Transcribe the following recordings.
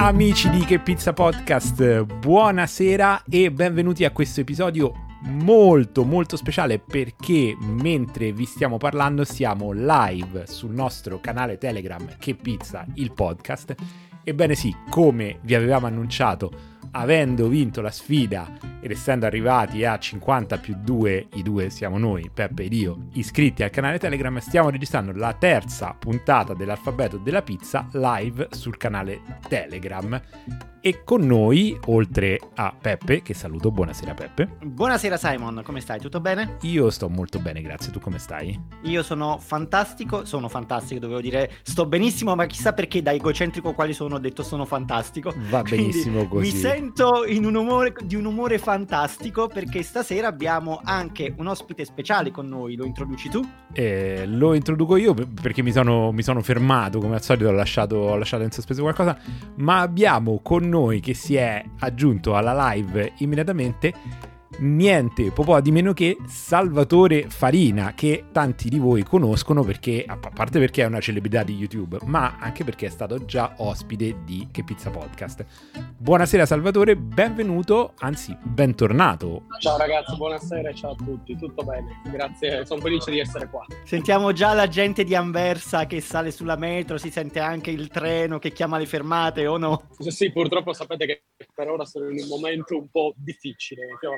Amici di Che Pizza Podcast, buonasera e benvenuti a questo episodio molto speciale, perché mentre vi stiamo parlando siamo live sul nostro canale Telegram Che Pizza, il podcast. Ebbene sì, come vi avevamo annunciato, avendo vinto la sfida ed essendo arrivati a 50 più 2, i due siamo noi, Peppe ed io, iscritti al canale Telegram, stiamo registrando la terza puntata dell'Alfabeto della Pizza live sul canale Telegram. E con noi, oltre a Peppe, che saluto, buonasera Peppe. Buonasera Simon, come stai? Tutto bene? Io sto molto bene, grazie. Tu come stai? Io sono fantastico, dovevo dire sto benissimo, ma chissà perché da egocentrico quali sono ho detto sono fantastico. Va benissimo così. Mi sento di un umore fantastico perché stasera abbiamo anche un ospite speciale con noi, lo introduci tu? Lo introduco io perché mi sono fermato, come al solito ho lasciato in sospeso qualcosa, ma abbiamo con noi che si è aggiunto alla live immediatamente niente po' di meno che Salvatore Farina, che tanti di voi conoscono perché, a parte perché è una celebrità di YouTube, ma anche perché è stato già ospite di Che Pizza Podcast. Buonasera Salvatore, benvenuto, anzi bentornato. Ciao ragazzi, buonasera e ciao a tutti, tutto bene, grazie, sono felice di essere qua. Sentiamo già la gente di Anversa che sale sulla metro, si sente anche il treno che chiama le fermate, o no? Sì, purtroppo sapete che per ora sono in un momento un po' difficile,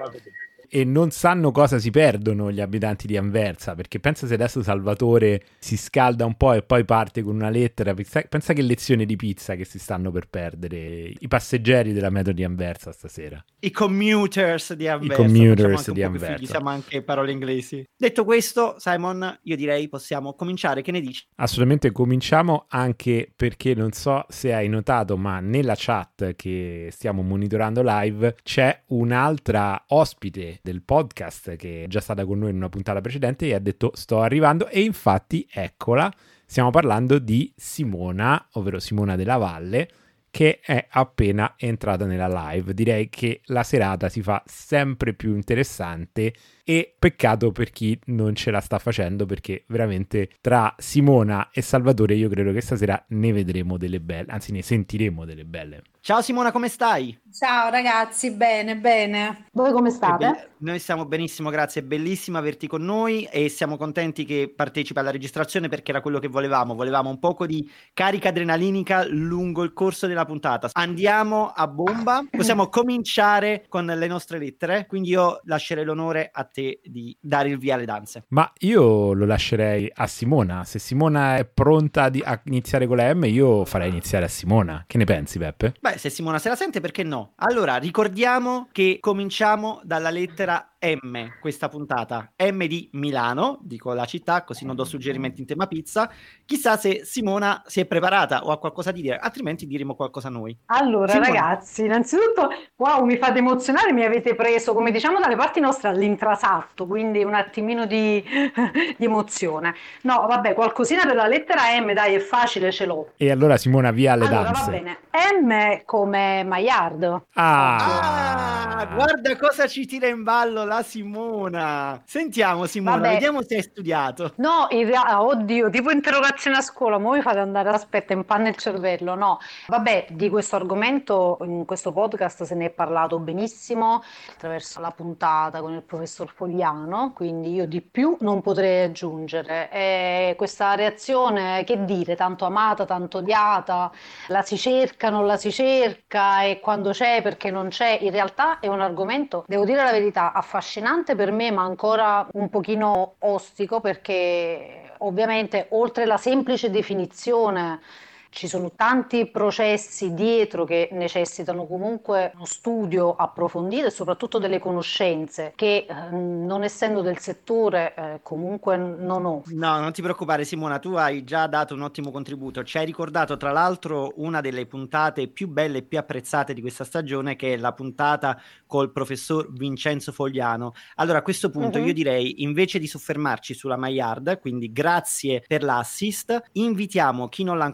e non sanno cosa si perdono gli abitanti di Anversa, perché pensa se adesso Salvatore si scalda un po' e poi parte con una lettera, pensa che lezione di pizza che si stanno per perdere i passeggeri della metro di Anversa stasera, i commuters di Anversa. Diciamo anche parole inglesi. Detto questo, Simon, io direi possiamo cominciare, che ne dici? Assolutamente, cominciamo, anche perché non so se hai notato, ma nella chat che stiamo monitorando live c'è un'altra ospite del podcast che è già stata con noi in una puntata precedente e ha detto sto arrivando, e infatti eccola, stiamo parlando di Simona, ovvero Simona Della Valle, che è appena entrata nella live. Direi che la serata si fa sempre più interessante e peccato per chi non ce la sta facendo, perché veramente tra Simona e Salvatore io credo che stasera ne vedremo delle belle, anzi ne sentiremo delle belle. Ciao Simona, come stai? Ciao ragazzi, bene. Voi come state? Noi stiamo benissimo, grazie, è bellissimo averti con noi e siamo contenti che partecipi alla registrazione, perché era quello che volevamo un poco di carica adrenalinica lungo il corso della puntata. Andiamo a bomba, possiamo cominciare con le nostre lettere, quindi io lascerei l'onore a te di dare il via alle danze. Ma io lo lascerei a Simona. Se Simona è pronta a iniziare con la M, io farei iniziare a Simona. Che ne pensi, Peppe? Beh, se Simona se la sente, perché no? Allora, ricordiamo che cominciamo dalla lettera M questa puntata. M di Milano, dico la città, così non do suggerimenti in tema pizza. Chissà se Simona si è preparata o ha qualcosa da dire, altrimenti diremo qualcosa noi. Allora Simona. Ragazzi, innanzitutto, wow, mi fate emozionare, mi avete preso, come diciamo dalle parti nostre, all'intrasatto, quindi un attimino di emozione. No, vabbè, qualcosina per la lettera M, dai, è facile, ce l'ho. E allora Simona, via alle allora, danze. Va bene, M come Maillard. Guarda cosa ci tira in ballo la Simona. Sentiamo Simona, Vabbè. Vediamo se hai studiato. No, oddio, tipo interrogazione a scuola, mo mi fate andare, aspetta, in panna il cervello, no. Vabbè, di questo argomento in questo podcast se ne è parlato benissimo attraverso la puntata con il professor Fogliano, quindi io di più non potrei aggiungere. E questa reazione, che dire, tanto amata, tanto odiata, la si cerca, non la si cerca, e quando c'è, perché non c'è, in realtà è un argomento, devo dire la verità, affascinante per me, ma ancora un pochino ostico, perché ovviamente oltre la semplice definizione ci sono tanti processi dietro che necessitano comunque uno studio approfondito e soprattutto delle conoscenze che non essendo del settore comunque non ho. No, non ti preoccupare Simona, tu hai già dato un ottimo contributo, ci hai ricordato tra l'altro una delle puntate più belle e più apprezzate di questa stagione, che è la puntata col professor Vincenzo Fogliano. Allora a questo punto io direi, invece di soffermarci sulla Maillard, quindi grazie per l'assist, invitiamo chi non l'ha ancora fatto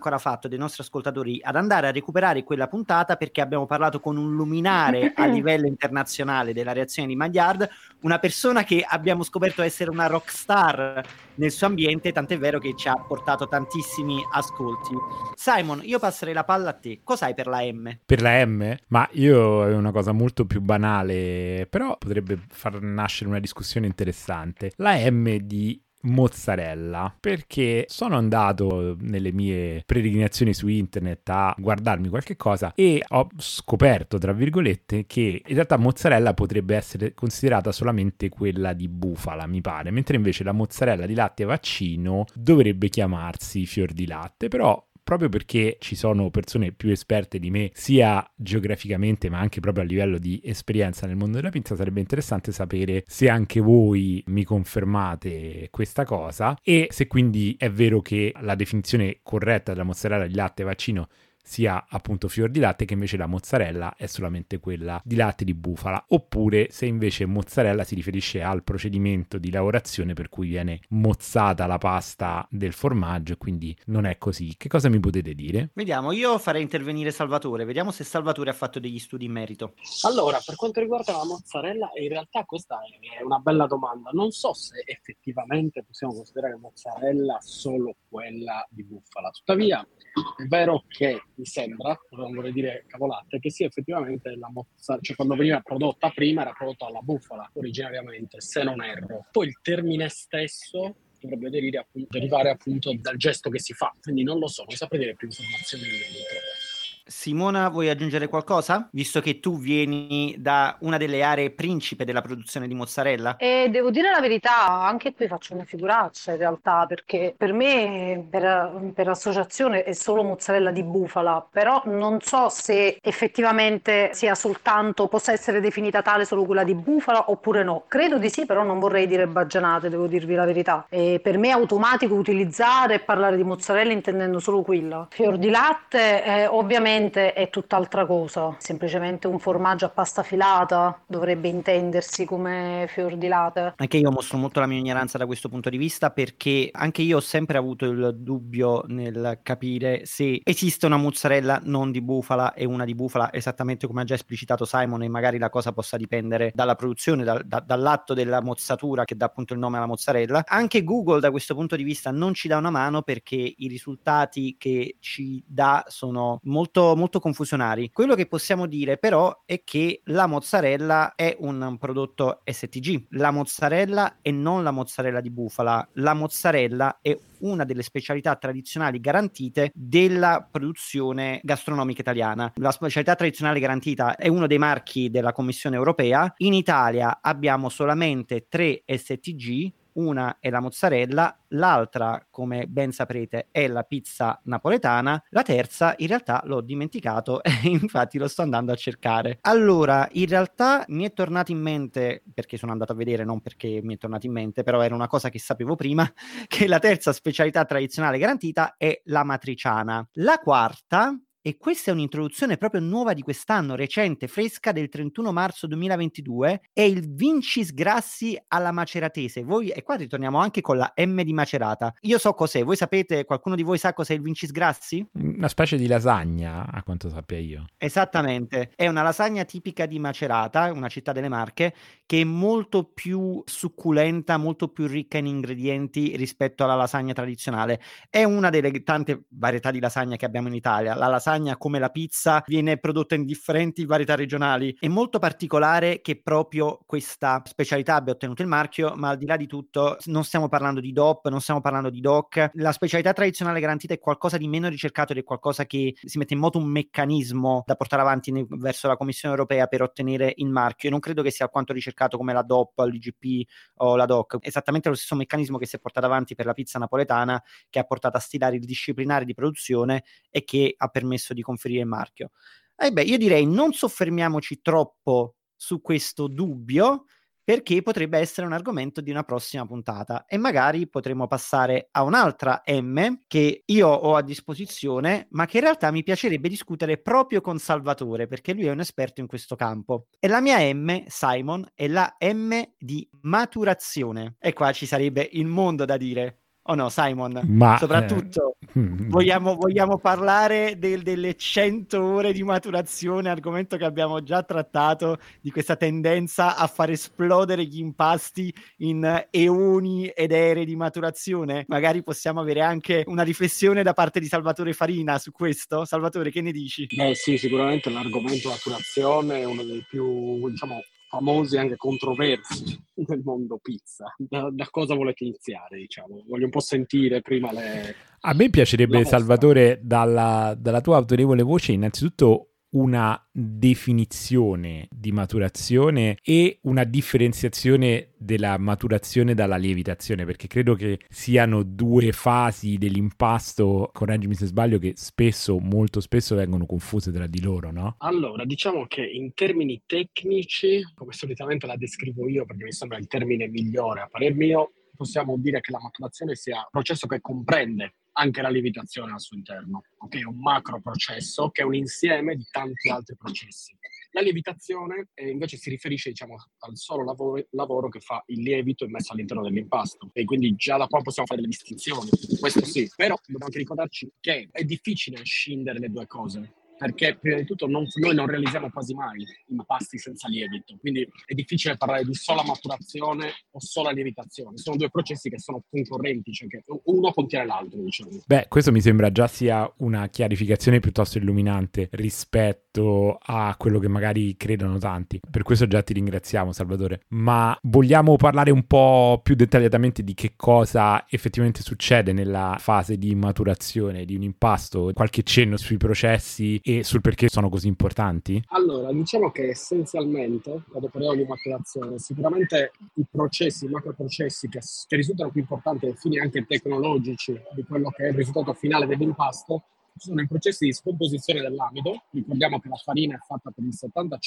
fatto dei nostri ascoltatori ad andare a recuperare quella puntata, perché abbiamo parlato con un luminare a livello internazionale della reazione di Maillard, una persona che abbiamo scoperto essere una rockstar nel suo ambiente, tant'è vero che ci ha portato tantissimi ascolti. Simon, io passerei la palla a te. Cos'hai per la M? Per la M? Ma io è una cosa molto più banale, però potrebbe far nascere una discussione interessante. La M di mozzarella, perché sono andato nelle mie peregrinazioni su internet a guardarmi qualche cosa e ho scoperto, tra virgolette, che in realtà mozzarella potrebbe essere considerata solamente quella di bufala, mi pare, mentre invece la mozzarella di latte vaccino dovrebbe chiamarsi fior di latte. Però proprio perché ci sono persone più esperte di me, sia geograficamente ma anche proprio a livello di esperienza nel mondo della pizza, sarebbe interessante sapere se anche voi mi confermate questa cosa e se quindi è vero che la definizione corretta della mozzarella di latte vaccino sia appunto fior di latte, che invece la mozzarella è solamente quella di latte di bufala, oppure se invece mozzarella si riferisce al procedimento di lavorazione per cui viene mozzata la pasta del formaggio e quindi non è così. Che cosa mi potete dire? Vediamo, io farei intervenire Salvatore, vediamo se Salvatore ha fatto degli studi in merito. Allora, per quanto riguarda la mozzarella, in realtà questa è una bella domanda. Non so se effettivamente possiamo considerare mozzarella solo quella di bufala. Tuttavia, è vero che mi sembra, non vorrei dire cavolate, che sia effettivamente la mozzarella, cioè quando veniva prodotta prima era prodotta alla bufala originariamente, se non erro. Poi il termine stesso dovrebbe derivare appunto dal gesto che si fa, quindi non lo so, non saprei dire più informazioni in merito. Simona, vuoi aggiungere qualcosa? Visto che tu vieni da una delle aree principe della produzione di mozzarella. E devo dire la verità, anche qui faccio una figuraccia in realtà, perché per me, per associazione, è solo mozzarella di bufala, però non so se effettivamente sia soltanto, possa essere definita tale solo quella di bufala oppure no. Credo di sì, però non vorrei dire baggianate, devo dirvi la verità. E per me è automatico utilizzare e parlare di mozzarella intendendo solo quella. Fior di latte, ovviamente è tutt'altra cosa, semplicemente un formaggio a pasta filata dovrebbe intendersi come fior di latte. Anche io mostro molto la mia ignoranza da questo punto di vista, perché anche io ho sempre avuto il dubbio nel capire se esiste una mozzarella non di bufala e una di bufala, esattamente come ha già esplicitato Simon, e magari la cosa possa dipendere dalla produzione, dall'atto della mozzatura che dà appunto il nome alla mozzarella. Anche Google da questo punto di vista non ci dà una mano, perché i risultati che ci dà sono molto confusionari. Quello che possiamo dire però è che la mozzarella è un prodotto STG, la mozzarella e non la mozzarella di bufala. La mozzarella è una delle specialità tradizionali garantite della produzione gastronomica italiana. La specialità tradizionale garantita è uno dei marchi della Commissione europea. In Italia abbiamo solamente 3 STG. Una è la mozzarella, l'altra, come ben saprete, è la pizza napoletana, la terza in realtà l'ho dimenticato e infatti lo sto andando a cercare. Allora, in realtà mi è tornato in mente, perché sono andato a vedere, non perché mi è tornato in mente, però era una cosa che sapevo prima, che la terza specialità tradizionale garantita è la matriciana. La quarta, e questa è un'introduzione proprio nuova di quest'anno, recente, fresca, del 31 marzo 2022, è il Vincis Grassi alla maceratese. Voi, e qua ritorniamo anche con la M di macerata. Io so cos'è, voi sapete, qualcuno di voi sa cos'è il Vincis Grassi? Una specie di lasagna, a quanto sappia io. Esattamente, è una lasagna tipica di Macerata, una città delle Marche, che è molto più succulenta, molto più ricca in ingredienti rispetto alla lasagna tradizionale. È una delle tante varietà di lasagna che abbiamo in Italia. La lasagna, come la pizza, viene prodotta in differenti varietà regionali. È molto particolare che proprio questa specialità abbia ottenuto il marchio, ma al di là di tutto non stiamo parlando di DOP, non stiamo parlando di DOC. La specialità tradizionale garantita è qualcosa di meno ricercato ed è qualcosa che si mette in moto un meccanismo da portare avanti verso la Commissione europea per ottenere il marchio. Io non credo che sia alquanto ricercato come la DOP, l'IGP o la DOC. Esattamente lo stesso meccanismo che si è portato avanti per la pizza napoletana, che ha portato a stilare il disciplinare di produzione e che ha permesso di conferire il marchio. Io direi non soffermiamoci troppo su questo dubbio, perché potrebbe essere un argomento di una prossima puntata e magari potremo passare a un'altra M che io ho a disposizione, ma che in realtà mi piacerebbe discutere proprio con Salvatore, perché lui è un esperto in questo campo. E la mia M, Simon, è la M di maturazione. E qua ci sarebbe il mondo da dire. O no, Simon? Ma Soprattutto vogliamo parlare delle 100 ore di maturazione, argomento che abbiamo già trattato, di questa tendenza a far esplodere gli impasti in eoni ed ere di maturazione? Magari possiamo avere anche una riflessione da parte di Salvatore Farina su questo. Salvatore, che ne dici? Sì, sicuramente l'argomento maturazione è uno dei più, diciamo, famosi e anche controversi nel mondo pizza. Da cosa volete iniziare, diciamo? Voglio un po' sentire prima A me piacerebbe, la vostra. Salvatore, dalla tua autorevole voce, innanzitutto una definizione di maturazione e una differenziazione della maturazione dalla lievitazione, perché credo che siano due fasi dell'impasto, correggimi se sbaglio, che spesso, molto spesso vengono confuse tra di loro, no? Allora, diciamo che in termini tecnici, come solitamente la descrivo io, perché mi sembra il termine migliore a parer mio, possiamo dire che la maturazione sia un processo che comprende anche la lievitazione al suo interno, ok? È un macro processo che è un insieme di tanti altri processi. La lievitazione invece si riferisce, diciamo, al solo lavoro che fa il lievito immesso all'interno dell'impasto, e quindi già da qua possiamo fare le distinzioni, questo sì, però dobbiamo anche ricordarci che è difficile scindere le due cose, perché prima di tutto noi non realizziamo quasi mai impasti senza lievito, quindi è difficile parlare di sola maturazione o sola lievitazione. Sono due processi che sono concorrenti, cioè che uno contiene l'altro, diciamo. Beh, questo mi sembra già sia una chiarificazione piuttosto illuminante rispetto a quello che magari credono tanti. Per questo già ti ringraziamo, Salvatore. Ma vogliamo parlare un po' più dettagliatamente di che cosa effettivamente succede nella fase di maturazione di un impasto? Qualche cenno sui processi e sul perché sono così importanti? Allora, diciamo che essenzialmente, quando parliamo di maturazione, sicuramente i processi, i macroprocessi che risultano più importanti ai fini anche tecnologici di quello che è il risultato finale dell'impasto, sono i processi di scomposizione dell'amido. Ricordiamo che la farina è fatta per il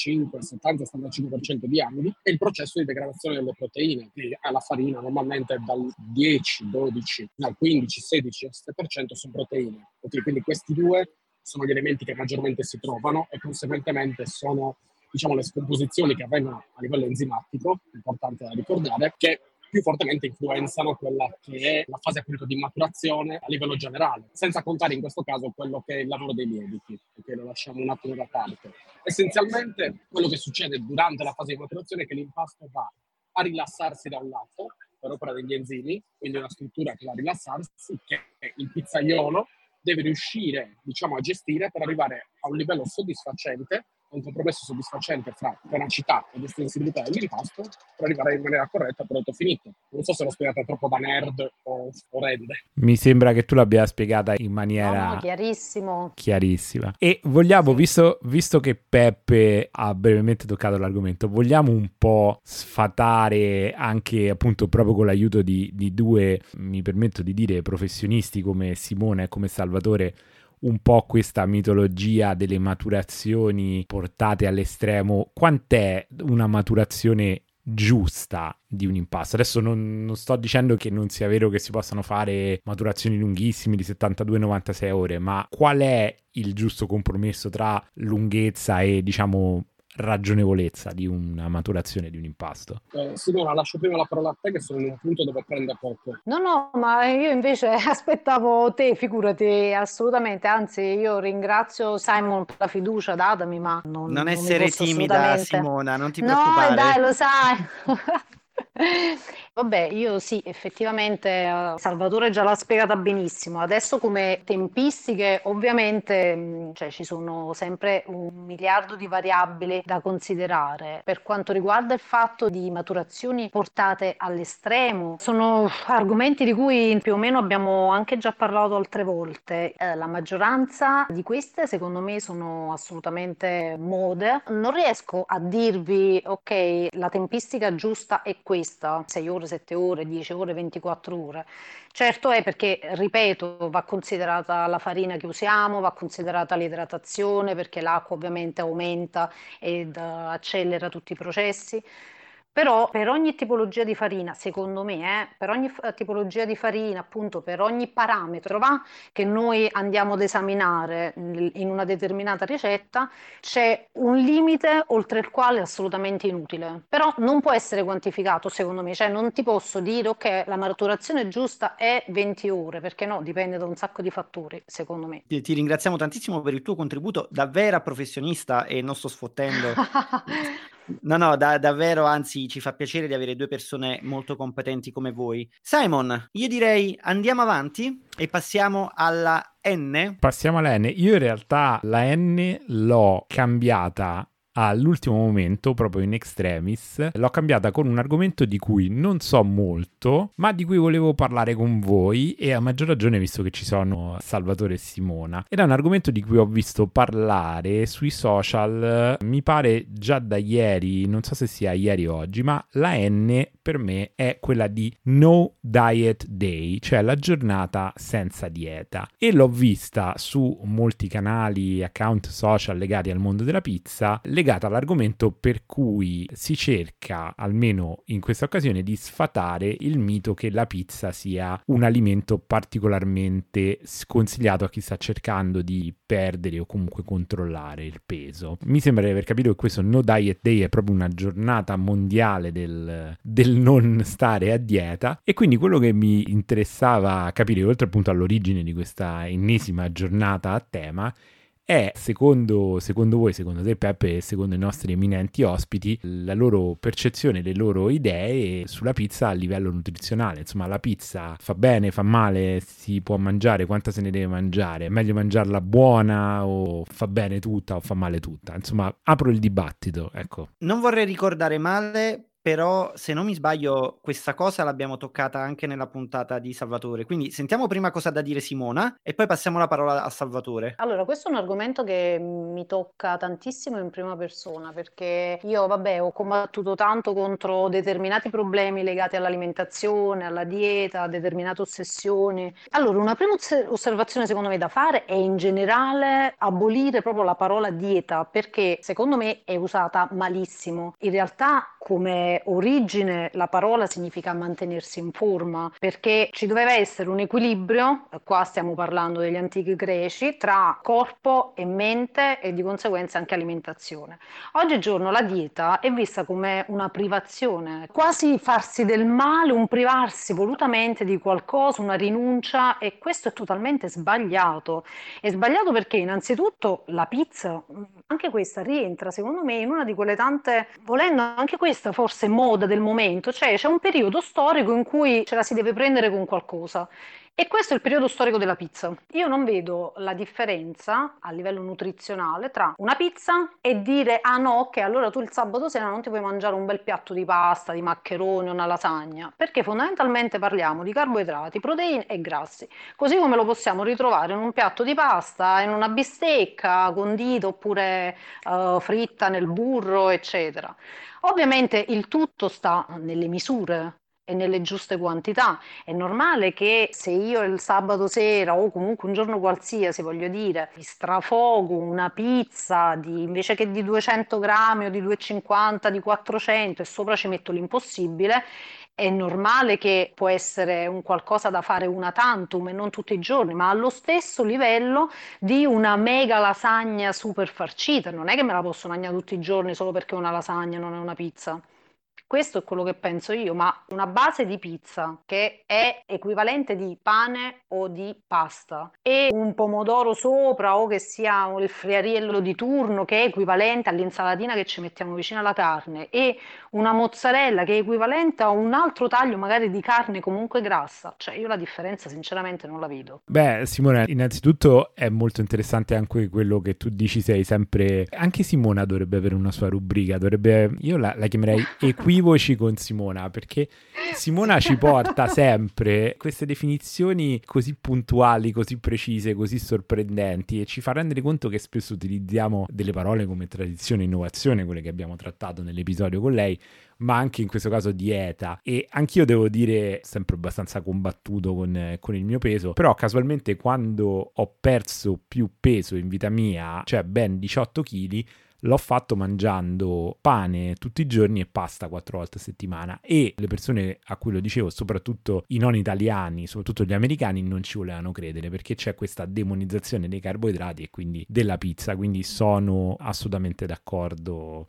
70-75% di amido, e il processo di degradazione delle proteine, che alla farina normalmente dal 10, 12, al 15, 16, 7% sono proteine. Okay, quindi questi due sono gli elementi che maggiormente si trovano e conseguentemente sono, diciamo, le scomposizioni che avvengono a livello enzimatico, importante da ricordare, che più fortemente influenzano quella che è la fase appunto di maturazione a livello generale, senza contare in questo caso quello che è il lavoro dei lieviti, perché lo lasciamo un attimo da parte. Essenzialmente quello che succede durante la fase di maturazione è che l'impasto va a rilassarsi da un lato per opera degli enzimi, quindi una struttura che va a rilassarsi, che il pizzaiolo deve riuscire, diciamo, a gestire per arrivare a un livello soddisfacente, un compromesso soddisfacente fra tenacità ed estensibilità dell'impasto, per arrivare in maniera corretta al prodotto finito. Non so se l'ho spiegata troppo da nerd o rende. Mi sembra che tu l'abbia spiegata in maniera No, chiarissimo. chiarissima. E vogliamo, visto che Peppe ha brevemente toccato l'argomento, vogliamo un po' sfatare anche appunto proprio con l'aiuto di due, mi permetto di dire, professionisti come Simone e come Salvatore, un po' questa mitologia delle maturazioni portate all'estremo. Quant'è una maturazione giusta di un impasto? Adesso non sto dicendo che non sia vero che si possano fare maturazioni lunghissime di 72-96 ore, ma qual è il giusto compromesso tra lunghezza e, diciamo, ragionevolezza di una maturazione di un impasto? Simona, lascio prima la parola a te, che sono in un punto dove prende poco. No, ma io invece aspettavo te, figurati, assolutamente. Anzi, io ringrazio Simon per la fiducia datami, ma non Non mi essere posso timida, assolutamente. Simona, non ti No, preoccupare. dai, lo sai. Vabbè, io sì, effettivamente Salvatore già l'ha spiegata benissimo. Adesso come tempistiche, ovviamente, cioè, ci sono sempre 1 miliardo di variabili da considerare. Per quanto riguarda il fatto di maturazioni portate all'estremo, sono argomenti di cui più o meno abbiamo anche già parlato altre volte. La maggioranza di queste, secondo me, sono assolutamente mode. Non riesco a dirvi, ok, la tempistica giusta è questa, 6 ore, 7 ore, 10 ore, 24 ore. Certo è perché, ripeto, va considerata la farina che usiamo, va considerata l'idratazione, perché l'acqua ovviamente aumenta ed accelera tutti i processi. Però per ogni tipologia di farina, secondo me, per ogni tipologia di farina, appunto per ogni parametro che noi andiamo ad esaminare in una determinata ricetta, c'è un limite oltre il quale è assolutamente inutile. Però non può essere quantificato, secondo me, cioè non ti posso dire ok, la maturazione giusta è 20 ore, perché no, dipende da un sacco di fattori, secondo me. Ti ringraziamo tantissimo per il tuo contributo da vera professionista, e non sto sfottendo. No, davvero, anzi, ci fa piacere di avere due persone molto competenti come voi. Simon, io direi andiamo avanti e passiamo alla N. Passiamo alla N. Io in realtà la N l'ho cambiata all'ultimo momento, proprio in extremis. L'ho cambiata con un argomento di cui non so molto, ma di cui volevo parlare con voi, e a maggior ragione visto che ci sono Salvatore e Simona. Ed è un argomento di cui ho visto parlare sui social, mi pare già da ieri, non so se sia ieri o oggi, ma la N per me è quella di No Diet Day, cioè la giornata senza dieta. E l'ho vista su molti canali, account social legati al mondo della pizza, legata all'argomento per cui si cerca, almeno in questa occasione, di sfatare il mito che la pizza sia un alimento particolarmente sconsigliato a chi sta cercando di perdere o comunque controllare il peso. Mi sembra di aver capito che questo No Diet Day è proprio una giornata mondiale del non stare a dieta, e quindi quello che mi interessava capire, oltre appunto all'origine di questa ennesima giornata a tema, è, secondo voi, secondo te Peppe e secondo i nostri eminenti ospiti, la loro percezione, le loro idee sulla pizza a livello nutrizionale. Insomma, la pizza fa bene, fa male, si può mangiare, quanta se ne deve mangiare, è meglio mangiarla buona o fa bene tutta o fa male tutta? Insomma, apro il dibattito, ecco. Non vorrei ricordare male, però se non mi sbaglio questa cosa l'abbiamo toccata anche nella puntata di Salvatore, quindi sentiamo prima cosa ha da dire Simona e poi passiamo la parola a Salvatore. Allora, questo è un argomento che mi tocca tantissimo in prima persona, perché io, vabbè, ho combattuto tanto contro determinati problemi legati all'alimentazione, alla dieta, determinate ossessioni. Allora, una prima osservazione secondo me da fare è in generale abolire proprio la parola dieta, perché secondo me è usata malissimo. In realtà, come origine, la parola significa mantenersi in forma, perché ci doveva essere un equilibrio, qua stiamo parlando degli antichi greci, tra corpo e mente e di conseguenza anche alimentazione. Oggigiorno la dieta è vista come una privazione, quasi farsi del male, un privarsi volutamente di qualcosa, una rinuncia, e questo è totalmente sbagliato. È sbagliato perché innanzitutto la pizza, anche questa rientra secondo me in una di quelle tante, volendo anche questa forse moda del momento, cioè c'è un periodo storico in cui ce la si deve prendere con qualcosa. E questo è il periodo storico della pizza. Io non vedo la differenza a livello nutrizionale tra una pizza e dire ah no, ok, allora tu il sabato sera non ti puoi mangiare un bel piatto di pasta, di maccheroni o una lasagna, perché fondamentalmente parliamo di carboidrati, proteine e grassi, così come lo possiamo ritrovare in un piatto di pasta, in una bistecca condita oppure fritta nel burro, eccetera. Ovviamente il tutto sta nelle misure e nelle giuste quantità. È normale che se io il sabato sera o comunque un giorno qualsiasi, voglio dire, mi strafogo una pizza invece che di 200 grammi o di 250, di 400 e sopra ci metto l'impossibile, è normale che può essere un qualcosa da fare una tantum e non tutti i giorni, ma allo stesso livello di una mega lasagna super farcita. Non è che me la posso mangiare tutti i giorni solo perché una lasagna non è una pizza. Questo è quello che penso io, ma una base di pizza che è equivalente di pane o di pasta e un pomodoro sopra o che sia il friariello di turno che è equivalente all'insalatina che ci mettiamo vicino alla carne e una mozzarella che è equivalente a un altro taglio magari di carne comunque grassa, cioè io la differenza sinceramente non la vedo. Beh, Simona, innanzitutto è molto interessante anche quello che tu dici, sei sempre... Anche Simona dovrebbe avere una sua rubrica, io la chiamerei Equivoci con Simona, perché Simona ci porta sempre queste definizioni così puntuali, così precise, così sorprendenti, e ci fa rendere conto che spesso utilizziamo delle parole come tradizione e innovazione, quelle che abbiamo trattato nell'episodio con lei, ma anche in questo caso dieta. E anch'io devo dire, sempre abbastanza combattuto con il mio peso, però casualmente quando ho perso più peso in vita mia, cioè ben 18 kg, l'ho fatto mangiando pane tutti i giorni e pasta 4 volte a settimana, e le persone a cui lo dicevo, soprattutto i non italiani, soprattutto gli americani, non ci volevano credere, perché c'è questa demonizzazione dei carboidrati e quindi della pizza, quindi sono assolutamente d'accordo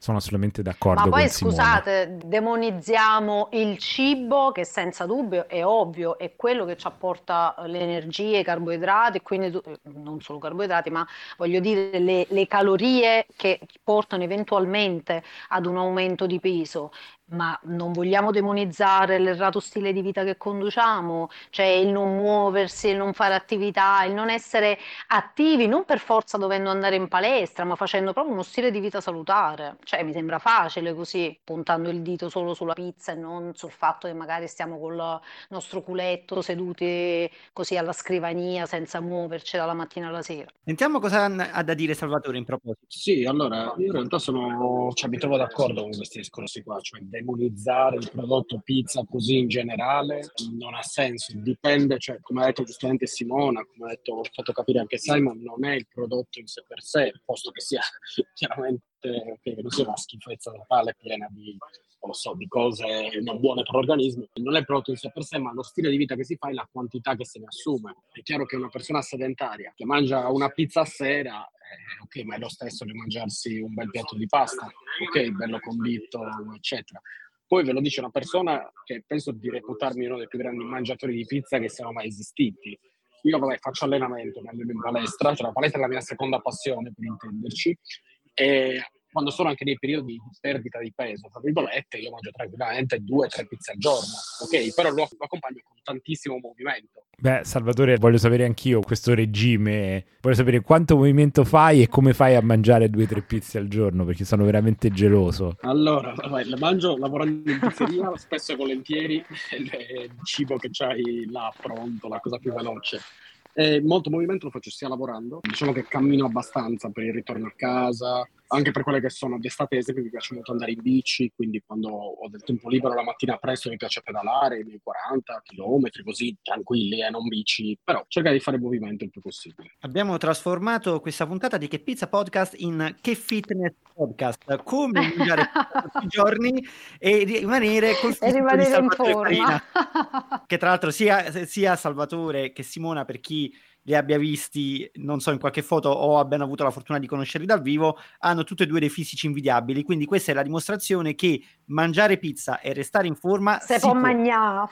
Ma poi con Simone. scusate, demonizziamo il cibo che senza dubbio è ovvio, è quello che ci apporta le energie, i carboidrati, quindi non solo carboidrati, ma voglio dire le calorie che portano eventualmente ad un aumento di peso. Ma non vogliamo demonizzare l'errato stile di vita che conduciamo, cioè il non muoversi, il non fare attività, il non essere attivi, non per forza dovendo andare in palestra, ma facendo proprio uno stile di vita salutare. Cioè, mi sembra facile così, puntando il dito solo sulla pizza e non sul fatto che magari stiamo col nostro culetto seduti così alla scrivania senza muoverci dalla mattina alla sera. Sentiamo cosa ha da dire Salvatore in proposito. Sì, allora io in realtà cioè, mi trovo d'accordo con questi discorsi qua, cioè demonizzare il prodotto pizza così in generale non ha senso, dipende, cioè come ha detto giustamente Simona, come ho fatto capire anche Simon, non è il prodotto in sé per sé, posto che sia chiaramente che non sia una schifezza totale piena di, non lo so, di cose non buone per l'organismo, non è il prodotto in sé per sé, ma lo stile di vita che si fa e la quantità che se ne assume. È chiaro che una persona sedentaria che mangia una pizza a sera, ok, ma è lo stesso che mangiarsi un bel piatto di pasta, ok, bello condito, eccetera. Poi ve lo dice una persona che penso di reputarmi uno dei più grandi mangiatori di pizza che siano mai esistiti. Io vabbè, faccio allenamento, mi alleno in palestra, cioè la palestra è la mia seconda passione per intenderci, e quando sono anche nei periodi di perdita di peso, tra virgolette, io mangio tranquillamente 2 o 3 pizze al giorno, ok? Però lo accompagno con tantissimo movimento. Beh, Salvatore, voglio sapere anch'io questo regime, voglio sapere quanto movimento fai e come fai a mangiare 2 o 3 pizze al giorno, perché sono veramente geloso. Allora, vabbè, le mangio lavorando in pizzeria, spesso e volentieri il cibo che c'hai là pronto, la cosa più veloce. E molto movimento lo faccio sia lavorando, diciamo che cammino abbastanza per il ritorno a casa, anche per quelle che sono d'estate, ad esempio mi piace molto andare in bici, quindi quando ho del tempo libero la mattina presto mi piace pedalare i miei 40 km, così tranquilli, non bici, però cercare di fare movimento il più possibile. Abbiamo trasformato questa puntata di Che Pizza Podcast in Che Fitness Podcast, come mangiare pizza tutti i giorni e rimanere col E fisico di rimanere in Salvatore forma. Farina, che tra l'altro sia Salvatore che Simona, per chi li abbia visti, non so, in qualche foto o abbiano avuto la fortuna di conoscerli dal vivo, hanno tutti e due dei fisici invidiabili, quindi questa è la dimostrazione che mangiare pizza e restare in forma Se si può può. mangiare.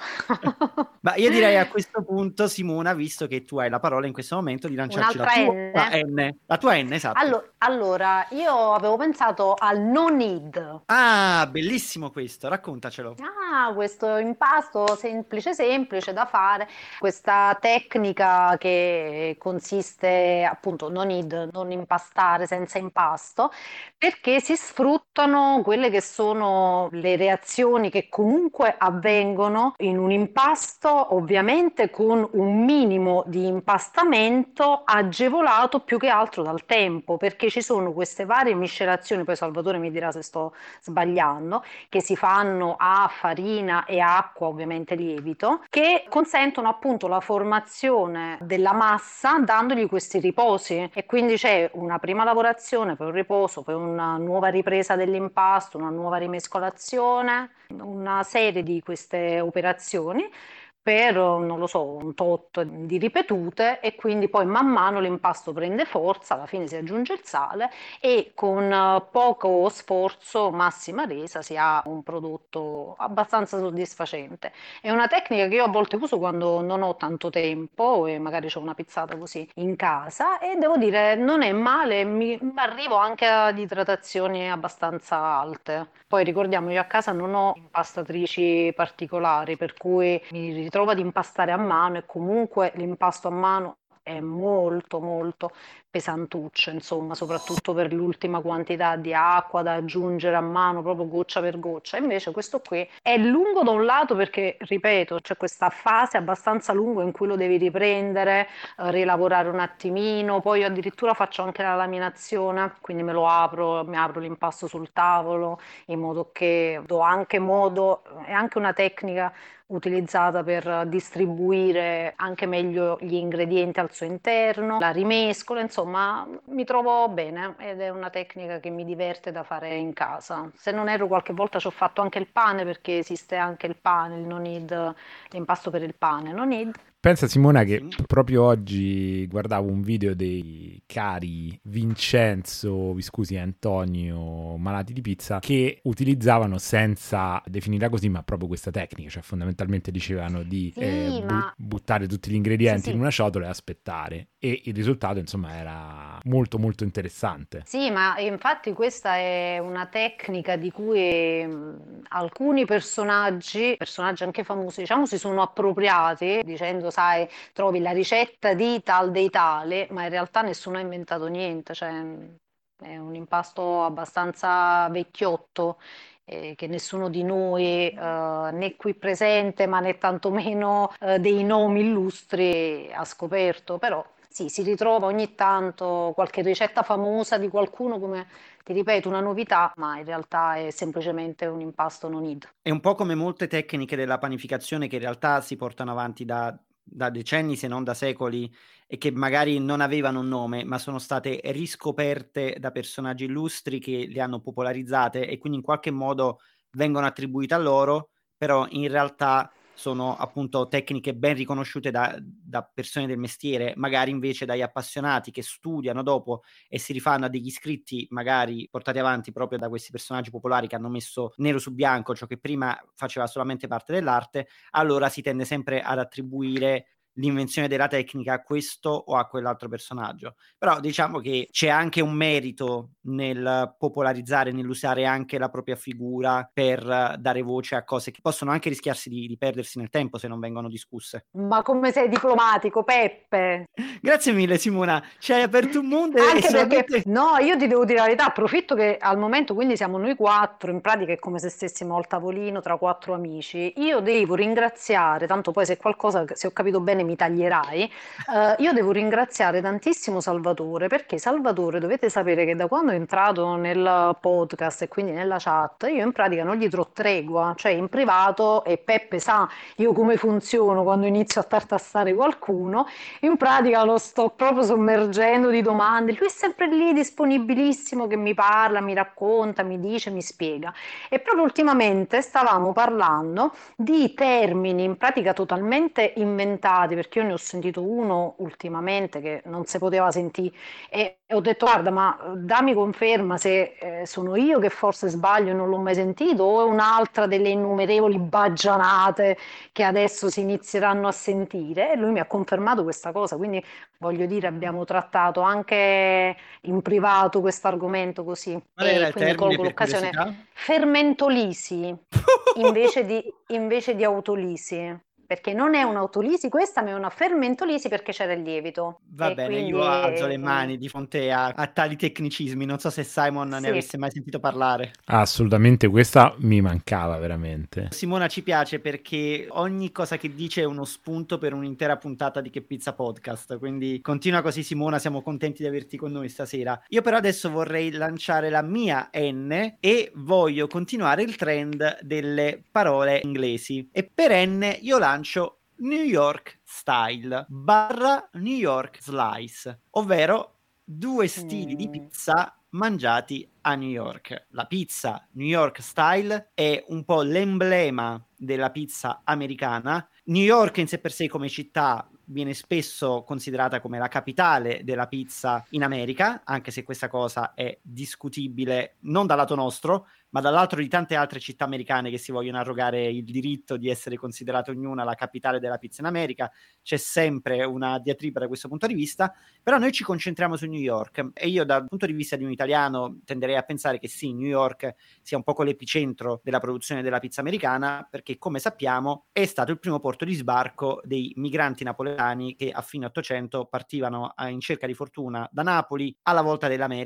Ma io direi a questo punto, Simona, visto che tu hai la parola in questo momento, di lanciarci la tua N. La tua N, esatto. Allora, io avevo pensato al no need. Ah, bellissimo questo, raccontacelo. Questo impasto semplice da fare, questa tecnica che consiste appunto non impastare senza impasto, perché si sfruttano quelle che sono le reazioni che comunque avvengono in un impasto, ovviamente con un minimo di impastamento agevolato più che altro dal tempo, perché ci sono queste varie miscelazioni, poi Salvatore mi dirà se sto sbagliando, che si fanno a farina e acqua, ovviamente lievito, che consentono appunto la formazione della massa dandogli questi riposi, e quindi c'è una prima lavorazione, poi un riposo, poi una nuova ripresa dell'impasto, una nuova rimescolazione, una serie di queste operazioni per, non lo so, un tot di ripetute, e quindi poi man mano l'impasto prende forza, alla fine si aggiunge il sale e con poco sforzo, massima resa, si ha un prodotto abbastanza soddisfacente. È una tecnica che io a volte uso quando non ho tanto tempo e magari ho una pizzata così in casa, e devo dire non è male, mi arrivo anche ad idratazioni abbastanza alte. Poi ricordiamo, io a casa non ho impastatrici particolari, per cui mi ritrovo ad impastare a mano, e comunque l'impasto a mano è molto molto pesantuccio, insomma, soprattutto per l'ultima quantità di acqua da aggiungere a mano, proprio goccia per goccia. Invece questo qui è lungo da un lato perché, ripeto, c'è questa fase abbastanza lunga in cui lo devi riprendere, rilavorare un attimino, poi io addirittura faccio anche la laminazione, quindi mi apro l'impasto sul tavolo, in modo che do anche modo, è anche una tecnica utilizzata per distribuire anche meglio gli ingredienti al suo interno, la rimescola, insomma, mi trovo bene ed è una tecnica che mi diverte da fare in casa. Se non erro, qualche volta ci ho fatto anche il pane perché esiste anche il pane, il no-knead, l'impasto per il pane, no-knead. Pensa Simona che proprio oggi guardavo un video dei cari Vincenzo, scusi, Antonio Malati di Pizza, che utilizzavano, senza definirla così, ma proprio questa tecnica, cioè fondamentalmente dicevano di Sì, buttare tutti gli ingredienti Sì, sì. in una ciotola e aspettare, e il risultato insomma era molto molto interessante. Sì, ma infatti questa è una tecnica di cui alcuni personaggi anche famosi, diciamo, si sono appropriati dicendo, sai, trovi la ricetta di tal dei tale, ma in realtà nessuno ha inventato niente, cioè è un impasto abbastanza vecchiotto che nessuno di noi, né qui presente, ma né tantomeno dei nomi illustri ha scoperto, però sì, si ritrova ogni tanto qualche ricetta famosa di qualcuno come, ti ripeto, una novità, ma in realtà è semplicemente un impasto non-eat. È un po' come molte tecniche della panificazione che in realtà si portano avanti da decenni, se non da secoli, e che magari non avevano un nome, ma sono state riscoperte da personaggi illustri che le hanno popolarizzate e quindi in qualche modo vengono attribuite a loro, però in realtà sono appunto tecniche ben riconosciute da persone del mestiere, magari invece dagli appassionati che studiano dopo e si rifanno a degli scritti magari portati avanti proprio da questi personaggi popolari che hanno messo nero su bianco ciò che prima faceva solamente parte dell'arte. Allora si tende sempre ad attribuire l'invenzione della tecnica a questo o a quell'altro personaggio. Però diciamo che c'è anche un merito nel popolarizzare, nell'usare anche la propria figura per dare voce a cose che possono anche rischiarsi di perdersi nel tempo se non vengono discusse. Ma come sei diplomatico, Peppe? Grazie mille Simona, ci hai aperto un mondo e Anche perché, solamente... no, io ti devo dire la verità, approfitto che al momento quindi siamo noi quattro, in pratica è come se stessimo al tavolino tra quattro amici. Io devo ringraziare, tanto poi se qualcosa, se ho capito bene, mi taglierai, io devo ringraziare tantissimo Salvatore, perché Salvatore dovete sapere che da quando è entrato nel podcast e quindi nella chat, io in pratica non gli do tregua, cioè in privato, e Peppe sa io come funziono quando inizio a tartassare qualcuno, in pratica lo sto proprio sommergendo di domande. Lui è sempre lì disponibilissimo che mi parla, mi racconta, mi dice, mi spiega. E proprio ultimamente stavamo parlando di termini in pratica totalmente inventati, perché io ne ho sentito uno ultimamente che non si poteva sentire e ho detto guarda, ma dammi conferma se sono io che forse sbaglio e non l'ho mai sentito o è un'altra delle innumerevoli baggianate che adesso si inizieranno a sentire, e lui mi ha confermato questa cosa, quindi voglio dire abbiamo trattato anche in privato questo argomento così, Qual era e il quindi termine colgo per l'occasione. curiosità? Fermentolisi invece di autolisi, perché non è un'autolisi questa, ma è una fermentolisi perché c'era il lievito Va e bene, quindi io alzo le mani di fronte a tali tecnicismi. Non so se Simon ne sì. avesse mai sentito parlare. Assolutamente, questa mi mancava veramente. Simona ci piace perché ogni cosa che dice è uno spunto per un'intera puntata di Che Pizza Podcast. Quindi continua così, Simona. Siamo contenti di averti con noi stasera. Io però adesso vorrei lanciare la mia N e voglio continuare il trend delle parole inglesi. E per N io lancio New York Style / New York Slice, ovvero due stili di pizza mangiati a New York. La pizza New York Style è un po' l'emblema della pizza americana. New York in sé per sé come città viene spesso considerata come la capitale della pizza in America, anche se questa cosa è discutibile non dal lato nostro, ma dall'altro di tante altre città americane che si vogliono arrogare il diritto di essere considerate ognuna la capitale della pizza in America. C'è sempre una diatriba da questo punto di vista, però noi ci concentriamo su New York e io dal punto di vista di un italiano tenderei a pensare che sì, New York sia un po' l'epicentro della produzione della pizza americana, perché come sappiamo è stato il primo porto di sbarco dei migranti napoletani che a fine 800 partivano in cerca di fortuna da Napoli alla volta dell'America.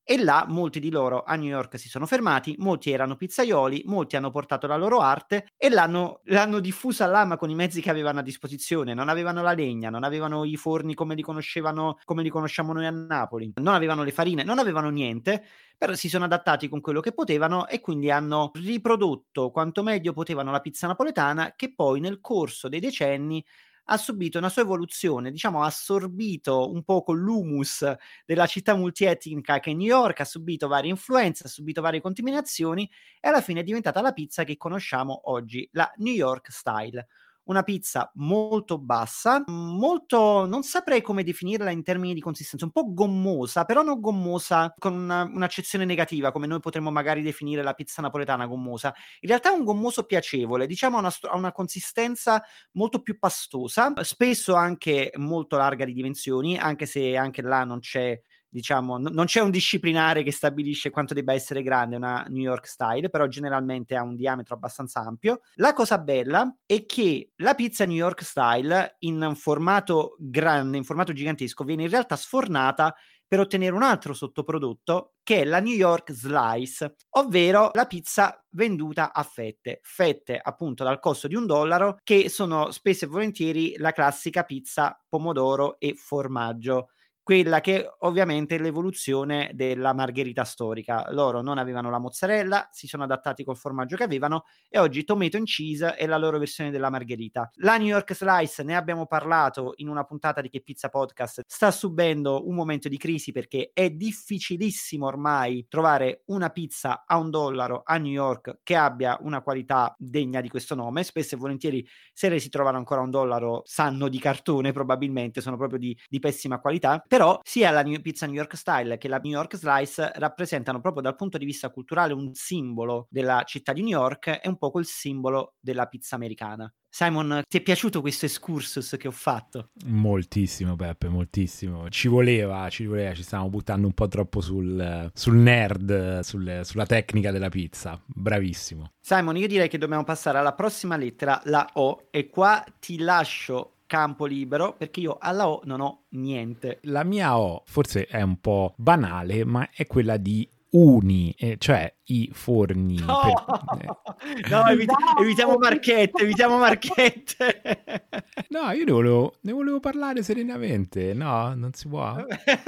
e là molti di loro a New York si sono fermati, molti erano pizzaioli, molti hanno portato la loro arte e l'hanno diffusa all'ama con i mezzi che avevano a disposizione. Non avevano la legna, non avevano i forni come li conosciamo noi a Napoli, non avevano le farine, non avevano niente, però si sono adattati con quello che potevano e quindi hanno riprodotto quanto meglio potevano la pizza napoletana, che poi nel corso dei decenni ha subito una sua evoluzione, diciamo, ha assorbito un po' con l'humus della città multietnica che è New York, ha subito varie influenze, ha subito varie contaminazioni e alla fine è diventata la pizza che conosciamo oggi, la New York Style. Una pizza molto bassa, molto, non saprei come definirla in termini di consistenza, un po' gommosa, però non gommosa con un'accezione negativa, come noi potremmo magari definire la pizza napoletana gommosa. In realtà è un gommoso piacevole, diciamo ha una consistenza molto più pastosa, spesso anche molto larga di dimensioni, anche se anche là non c'è, diciamo, non c'è un disciplinare che stabilisce quanto debba essere grande una New York Style, però generalmente ha un diametro abbastanza ampio. La cosa bella è che la pizza New York Style in formato grande, in formato gigantesco, viene in realtà sfornata per ottenere un altro sottoprodotto che è la New York Slice, ovvero la pizza venduta a fette appunto dal costo di $1, che sono spesso e volentieri la classica pizza pomodoro e formaggio, quella che ovviamente è l'evoluzione della margherita storica. Loro non avevano la mozzarella, si sono adattati col formaggio che avevano e oggi tomato and cheese è la loro versione della margherita. La New York Slice, ne abbiamo parlato in una puntata di Che Pizza Podcast, sta subendo un momento di crisi perché è difficilissimo ormai trovare una pizza a $1 a New York che abbia una qualità degna di questo nome. Spesso e volentieri, se le si trovano ancora a $1, sanno di cartone, probabilmente sono proprio di pessima qualità. Però sia la pizza New York Style che la New York Slice rappresentano proprio dal punto di vista culturale un simbolo della città di New York e un po' quel simbolo della pizza americana. Simon, ti è piaciuto questo excursus che ho fatto? Moltissimo, Peppe, moltissimo. Ci voleva, ci stavamo buttando un po' troppo sul nerd, sulla tecnica della pizza. Bravissimo. Simon, io direi che dobbiamo passare alla prossima lettera, la O, e qua ti lascio campo libero perché io alla O non ho niente. La mia O forse è un po' banale, ma è quella di uni, cioè i forni. No, evitiamo marchette. No, io ne volevo parlare serenamente. No, non si può.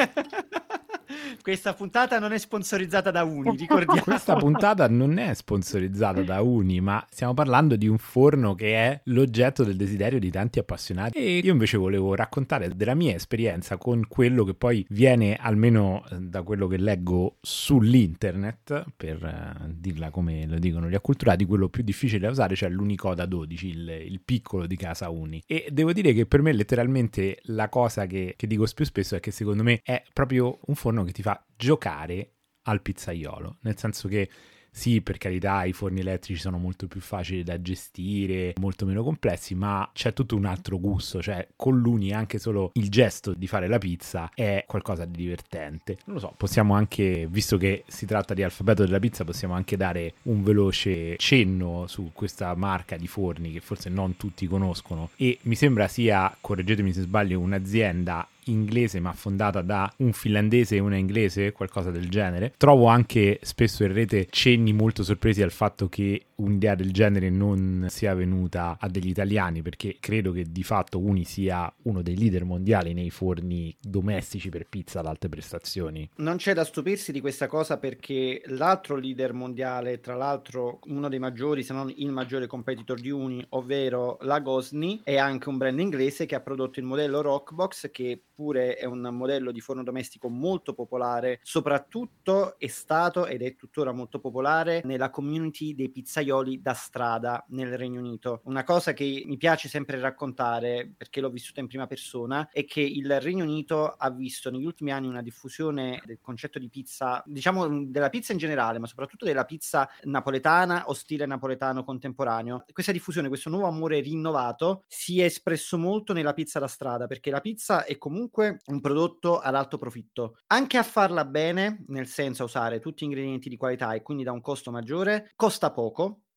Questa puntata non è sponsorizzata da Uni, ricordiamo. Questa puntata non è sponsorizzata da Uni, ma stiamo parlando di un forno che è l'oggetto del desiderio di tanti appassionati. E io invece volevo raccontare della mia esperienza con quello che poi viene, almeno da quello che leggo sull'internet, per dirla come lo dicono gli acculturati, quello più difficile da usare, cioè l'Unicoda 12, il piccolo di casa Uni. E devo dire che per me letteralmente la cosa che dico più spesso è che secondo me è proprio un forno che ti fa giocare al pizzaiolo, nel senso che sì, per carità, i forni elettrici sono molto più facili da gestire, molto meno complessi, ma c'è tutto un altro gusto, cioè con l'Uni anche solo il gesto di fare la pizza è qualcosa di divertente. Non lo so, possiamo anche, visto che si tratta di alfabeto della pizza, possiamo anche dare un veloce cenno su questa marca di forni che forse non tutti conoscono e mi sembra sia, correggetemi se sbaglio, un'azienda inglese ma fondata da un finlandese e una inglese, qualcosa del genere. Trovo anche spesso in rete cenni molto sorpresi al fatto che un'idea del genere non sia venuta a degli italiani, perché credo che di fatto Uni sia uno dei leader mondiali nei forni domestici per pizza ad alte prestazioni. Non c'è da stupirsi di questa cosa perché l'altro leader mondiale, tra l'altro uno dei maggiori, se non il maggiore competitor di Uni, ovvero la Gosni, è anche un brand inglese che ha prodotto il modello Rockbox, che pure è un modello di forno domestico molto popolare, soprattutto è stato ed è tuttora molto popolare nella community dei pizzaioli da strada nel Regno Unito. Una cosa che mi piace sempre raccontare, perché l'ho vissuta in prima persona, è che il Regno Unito ha visto negli ultimi anni una diffusione del concetto di pizza, diciamo della pizza in generale, ma soprattutto della pizza napoletana o stile napoletano contemporaneo. Questa diffusione, questo nuovo amore rinnovato si è espresso molto nella pizza da strada, perché la pizza è comunque un prodotto ad alto profitto. Anche a farla bene, nel senso a usare tutti ingredienti di qualità e quindi da un costo maggiore, costa poco,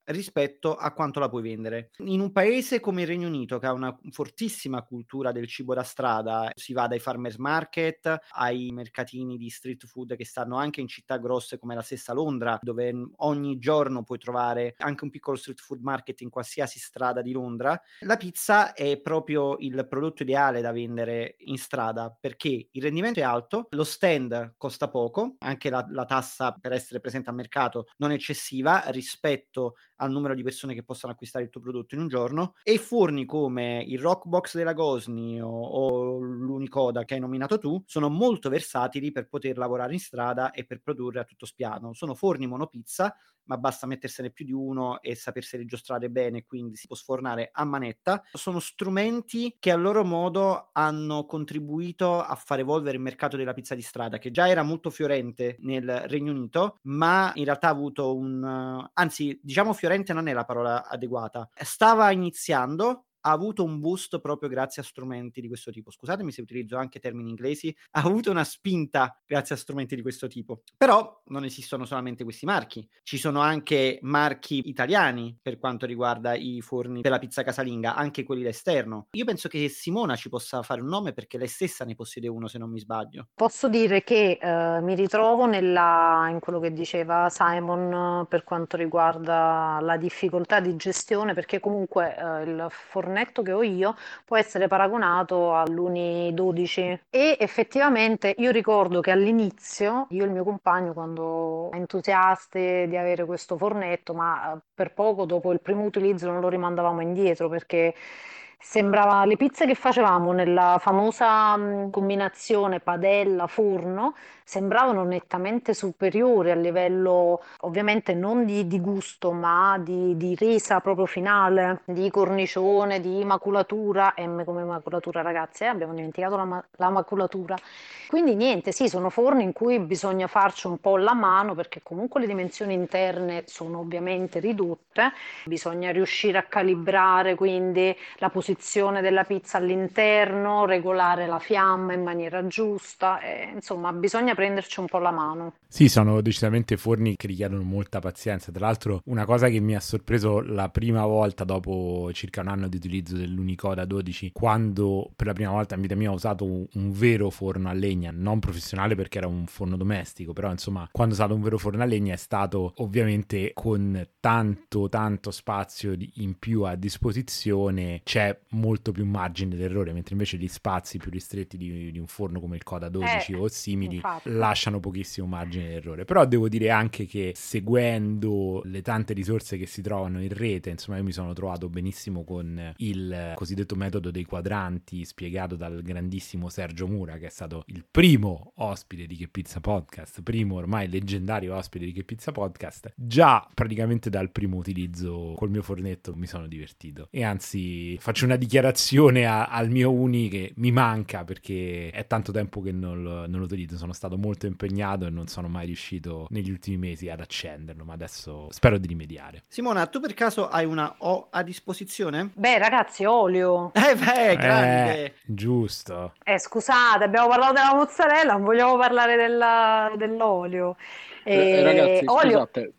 rispetto a quanto la puoi vendere. In un paese come il Regno Unito, che ha una fortissima cultura del cibo da strada, si va dai farmers market ai mercatini di street food che stanno anche in città grosse come la stessa Londra, dove ogni giorno puoi trovare anche un piccolo street food market in qualsiasi strada di Londra. La pizza è proprio il prodotto ideale da vendere in strada, perché il rendimento è alto, lo stand costa poco, anche la tassa per essere presente al mercato non è eccessiva rispetto al numero di persone che possono acquistare il tuo prodotto in un giorno, e forni come il Rockbox della Gosni o l'Unicoda che hai nominato tu sono molto versatili per poter lavorare in strada e per produrre a tutto spiano. Sono forni monopizza, ma basta mettersene più di uno e saperseli giostrare bene, quindi si può sfornare a manetta. Sono strumenti che a loro modo hanno contribuito a far evolvere il mercato della pizza di strada, che già era molto fiorente nel Regno Unito, ma in realtà ha avuto anzi, diciamo fiorente non è la parola adeguata, stava iniziando, ha avuto un boost proprio grazie a strumenti di questo tipo. Scusatemi se utilizzo anche termini inglesi, ha avuto una spinta grazie a strumenti di questo tipo. Però non esistono solamente questi marchi, ci sono anche marchi italiani per quanto riguarda i forni della pizza casalinga, anche quelli da esterno. Io penso che Simona ci possa fare un nome perché lei stessa ne possiede uno, se non mi sbaglio. Posso dire che mi ritrovo in quello che diceva Simon per quanto riguarda la difficoltà di gestione, perché comunque il fornetto che ho io può essere paragonato all'Uni 12 e effettivamente io ricordo che all'inizio io e il mio compagno, quando entusiasti di avere questo fornetto, ma per poco dopo il primo utilizzo non lo rimandavamo indietro perché sembrava le pizze che facevamo nella famosa combinazione padella-forno sembravano nettamente superiori a livello ovviamente non di gusto ma di resa proprio finale, di cornicione, di maculatura, M come maculatura ragazzi, abbiamo dimenticato la maculatura. Quindi niente, sì, sono forni in cui bisogna farci un po' la mano perché comunque le dimensioni interne sono ovviamente ridotte, bisogna riuscire a calibrare quindi la posizione della pizza all'interno, regolare la fiamma in maniera giusta, insomma bisogna prenderci un po' la mano. Sì, sono decisamente forni che richiedono molta pazienza. Tra l'altro una cosa che mi ha sorpreso la prima volta dopo circa un anno di utilizzo dell'Unicoda 12, quando per la prima volta in vita mia ho usato un vero forno a legna, non professionale perché era un forno domestico, però insomma quando ho usato un vero forno a legna è stato ovviamente con tanto spazio in più a disposizione, c'è molto più margine d'errore, mentre invece gli spazi più ristretti di un forno come il Coda 12 o simili infatti lasciano pochissimo margine d'errore. Però devo dire anche che seguendo le tante risorse che si trovano in rete, insomma io mi sono trovato benissimo con il cosiddetto metodo dei quadranti spiegato dal grandissimo Sergio Mura, che è stato il primo ospite di Che Pizza Podcast, primo ormai leggendario ospite di Che Pizza Podcast. Già praticamente dal primo utilizzo col mio fornetto mi sono divertito, e anzi faccio una dichiarazione al mio Uni che mi manca perché è tanto tempo che non lo utilizzo, sono stato molto impegnato e non sono mai riuscito negli ultimi mesi ad accenderlo, ma adesso spero di rimediare. Simona, tu per caso hai una O a disposizione? Beh ragazzi, olio. Grande. Giusto. Scusate, abbiamo parlato della mozzarella, non vogliamo parlare dell'olio. Ragazzi, olio. scusate,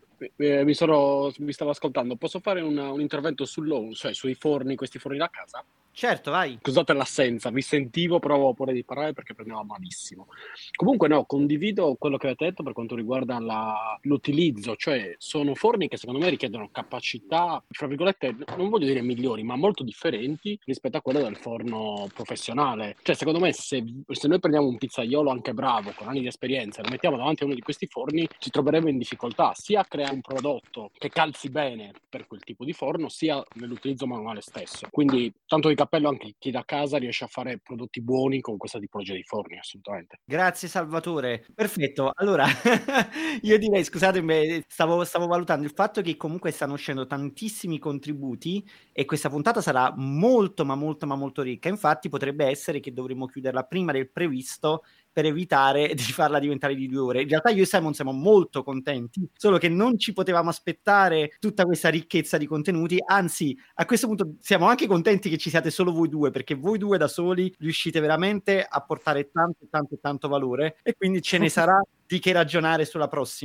vi stavo ascoltando. Posso fare un intervento cioè sui forni, questi forni da casa? Certo, vai. Scusate l'assenza, vi sentivo, però avevo paura di parlare perché prendevo malissimo. Comunque no, condivido quello che avete detto per quanto riguarda l'utilizzo, cioè sono forni che secondo me richiedono capacità, fra virgolette, non voglio dire migliori, ma molto differenti rispetto a quello del forno professionale. Cioè secondo me se noi prendiamo un pizzaiolo anche bravo, con anni di esperienza, e lo mettiamo davanti a uno di questi forni, ci troveremo in difficoltà sia a creare un prodotto che calzi bene per quel tipo di forno, sia nell'utilizzo manuale stesso. Quindi tanto di cappello anche chi da casa riesce a fare prodotti buoni con questa tipologia di forni, assolutamente. Grazie Salvatore, perfetto. Allora io direi, scusatemi, stavo valutando il fatto che comunque stanno uscendo tantissimi contributi e questa puntata sarà molto ricca, infatti potrebbe essere che dovremmo chiuderla prima del previsto per evitare di farla diventare di 2 ore. In realtà io e Simon siamo molto contenti, solo che non ci potevamo aspettare tutta questa ricchezza di contenuti, anzi a questo punto siamo anche contenti che ci siate solo voi due, perché voi due da soli riuscite veramente a portare tanto valore, e quindi ce ne sarà di che ragionare sulla prossima.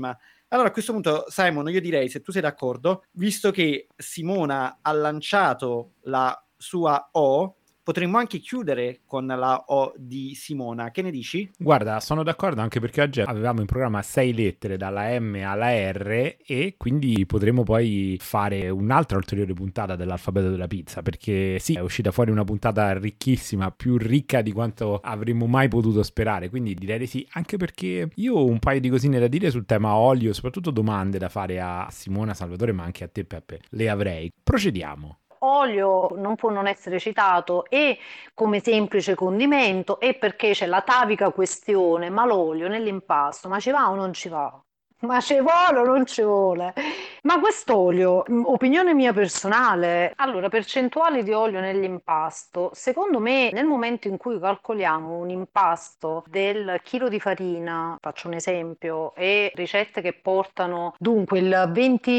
Allora a questo punto, Simon, io direi, se tu sei d'accordo, visto che Simona ha lanciato la sua O, potremmo anche chiudere con la O di Simona. Che ne dici? Guarda, sono d'accordo anche perché oggi avevamo in programma 6 lettere dalla M alla R e quindi potremo poi fare un'altra ulteriore puntata dell'alfabeto della pizza, perché sì, è uscita fuori una puntata ricchissima, più ricca di quanto avremmo mai potuto sperare, quindi direi di sì, anche perché io ho un paio di cosine da dire sul tema olio, soprattutto domande da fare a Simona, Salvatore, ma anche a te, Peppe, le avrei. Procediamo. Olio non può non essere citato e come semplice condimento e perché c'è l'atavica questione, ma l'olio nell'impasto, ma ci va o non ci va? Ma ci vuole o non ci vuole? Ma quest'olio, opinione mia personale, allora, percentuali di olio nell'impasto, secondo me nel momento in cui calcoliamo un impasto del chilo di farina, faccio un esempio, e ricette che portano dunque il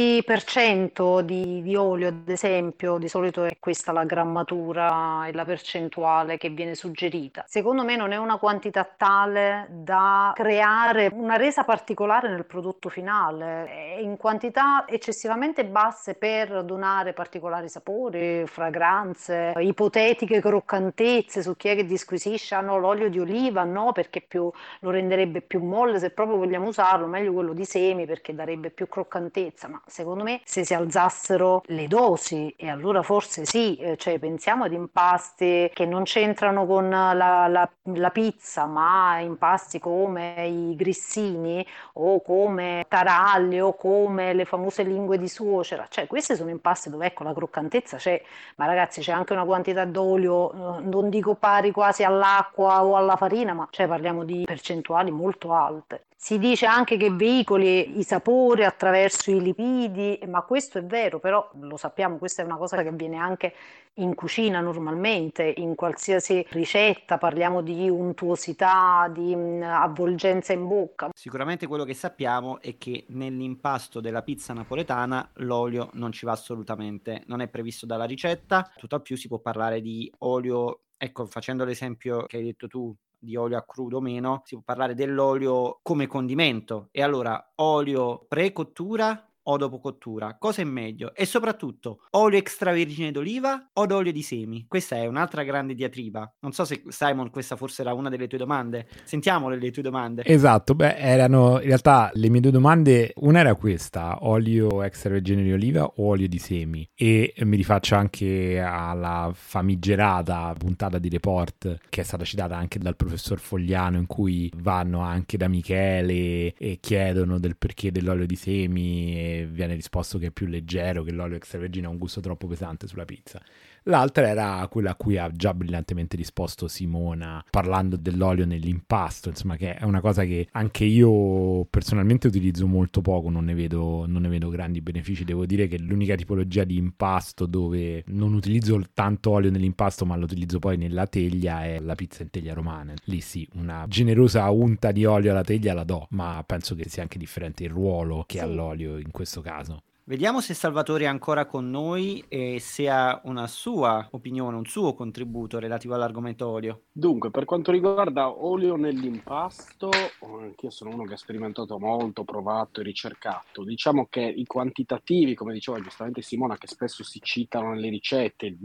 20% di olio, ad esempio, di solito è questa la grammatura e la percentuale che viene suggerita. Secondo me non è una quantità tale da creare una resa particolare nel prodotto finale, è in quantità eccessivamente basse per donare particolari sapori, fragranze, ipotetiche croccantezze su chi è che disquisisce, ah no, l'olio di oliva no, perché lo renderebbe più molle, se proprio vogliamo usarlo, meglio quello di semi perché darebbe più croccantezza, ma secondo me se si alzassero le dosi, e allora forse sì, cioè pensiamo ad impasti che non c'entrano con la pizza, ma impasti come i grissini o come taralli o come le famose lingue di suocera, cioè questi sono impasti dove ecco la croccantezza c'è, ma ragazzi c'è anche una quantità d'olio, non dico pari quasi all'acqua o alla farina, ma cioè parliamo di percentuali molto alte. Si dice anche che veicoli i sapori attraverso i lipidi, ma questo è vero, però lo sappiamo, questa è una cosa che avviene anche in cucina normalmente, in qualsiasi ricetta, parliamo di untuosità, di avvolgenza in bocca. Sicuramente quello che sappiamo è che nell'impasto della pizza napoletana l'olio non ci va assolutamente, non è previsto dalla ricetta, tutt'al più si può parlare di olio, ecco, facendo l'esempio che hai detto tu, di olio a crudo o meno, si può parlare dell'olio come condimento. E allora, olio pre-cottura o dopo cottura? Cosa è meglio? E soprattutto, olio extravergine d'oliva o d'olio di semi? Questa è un'altra grande diatriba. Non so se, Simon, questa forse era una delle tue domande. Sentiamole le tue domande. Esatto, beh, erano in realtà le mie due domande, una era questa, olio extravergine di oliva o olio di semi, e mi rifaccio anche alla famigerata puntata di Report che è stata citata anche dal professor Fogliano, in cui vanno anche da Michele e chiedono del perché dell'olio di semi e viene risposto che è più leggero, che l'olio extravergine ha un gusto troppo pesante sulla pizza. L'altra era quella a cui ha già brillantemente risposto Simona, parlando dell'olio nell'impasto, insomma, che è una cosa che anche io personalmente utilizzo molto poco, non ne vedo grandi benefici. Devo dire che l'unica tipologia di impasto dove non utilizzo tanto olio nell'impasto ma lo utilizzo poi nella teglia è la pizza in teglia romana. Lì sì, una generosa unta di olio alla teglia la do, ma penso che sia anche differente il ruolo che ha l'olio in questo caso. Vediamo se Salvatore è ancora con noi e se ha una sua opinione, un suo contributo relativo all'argomento olio. Dunque, per quanto riguarda olio nell'impasto, anch'io sono uno che ha sperimentato molto, provato e ricercato. Diciamo che i quantitativi, come diceva giustamente Simona, che spesso si citano nelle ricette, il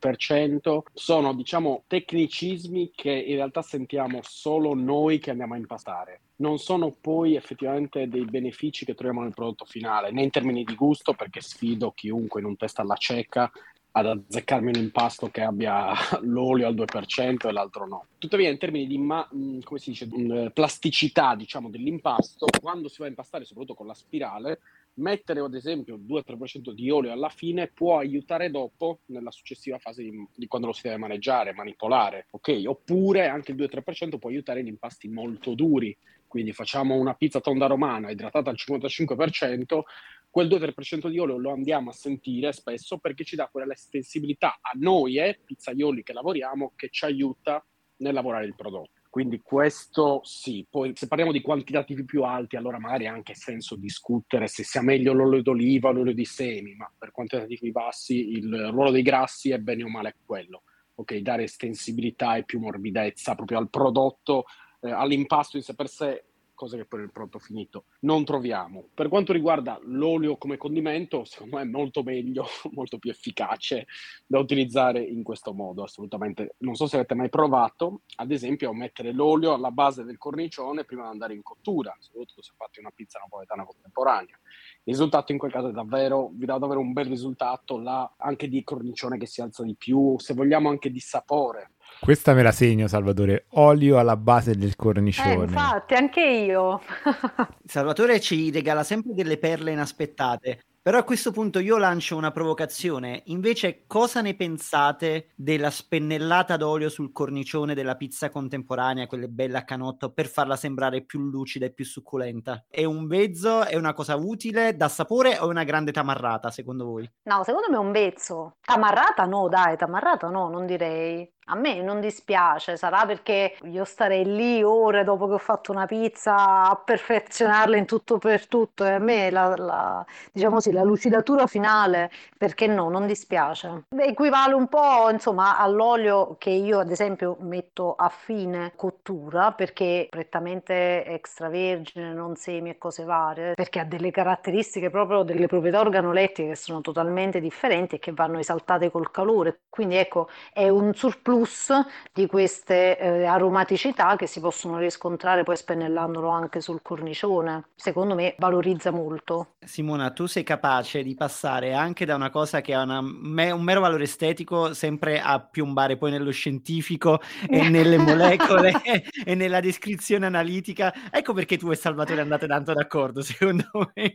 2-3%, sono, diciamo, tecnicismi che in realtà sentiamo solo noi che andiamo a impastare. Non sono poi effettivamente dei benefici che troviamo nel prodotto finale, né in termini di gusto, perché sfido chiunque in un test alla cieca ad azzeccarmi un impasto che abbia l'olio al 2% e l'altro no. Tuttavia, in termini di come si dice, plasticità, diciamo, dell'impasto, quando si va a impastare, soprattutto con la spirale, mettere ad esempio il 2-3% di olio alla fine può aiutare dopo nella successiva fase di quando lo si deve maneggiare, manipolare, ok? Oppure anche il 2-3% può aiutare in impasti molto duri. Quindi facciamo una pizza tonda romana idratata al 55%, quel 2-3% di olio lo andiamo a sentire spesso perché ci dà quella sensibilità a noi, pizzaioli che lavoriamo, che ci aiuta nel lavorare il prodotto. Quindi questo sì. Poi se parliamo di quantitativi più alti, allora magari ha anche senso discutere se sia meglio l'olio d'oliva o l'olio di semi, ma per quantitativi bassi il ruolo dei grassi è bene o male quello. Ok, dare estensibilità e più morbidezza proprio al prodotto, all'impasto in sé per sé, cose che poi nel prodotto finito non troviamo. Per quanto riguarda l'olio come condimento, secondo me è molto meglio, molto più efficace da utilizzare in questo modo, assolutamente. Non so se avete mai provato, ad esempio, a mettere l'olio alla base del cornicione prima di andare in cottura, soprattutto se fate una pizza napoletana contemporanea. Il risultato in quel caso è vi dà davvero un bel risultato, là anche di cornicione che si alza di più, se vogliamo anche di sapore. Questa me la segno, Salvatore, olio alla base del cornicione. Infatti, anche io. Salvatore ci regala sempre delle perle inaspettate. Però a questo punto io lancio una provocazione. Invece, cosa ne pensate della spennellata d'olio sul cornicione della pizza contemporanea, quelle belle a canotto, per farla sembrare più lucida e più succulenta? È un vezzo? È una cosa utile? Dà sapore o è una grande tamarrata, secondo voi? No, secondo me è un vezzo. Tamarrata no, dai, tamarrata no, non direi. A me non dispiace, sarà perché io starei lì ore dopo che ho fatto una pizza a perfezionarla in tutto per tutto, e a me diciamo sì, la lucidatura finale, perché no, non dispiace. Equivale un po', insomma, all'olio che io ad esempio metto a fine cottura, perché prettamente extravergine, non semi e cose varie, perché ha delle caratteristiche proprio, delle proprietà organolettiche che sono totalmente differenti e che vanno esaltate col calore. Quindi ecco, è un surplus di queste aromaticità che si possono riscontrare poi spennellandolo anche sul cornicione. Secondo me valorizza molto. Simona, tu sei capace di passare anche da una cosa che ha un mero valore estetico sempre a piombare poi nello scientifico e nelle molecole e nella descrizione analitica. Ecco perché tu e Salvatore andate tanto d'accordo, secondo me.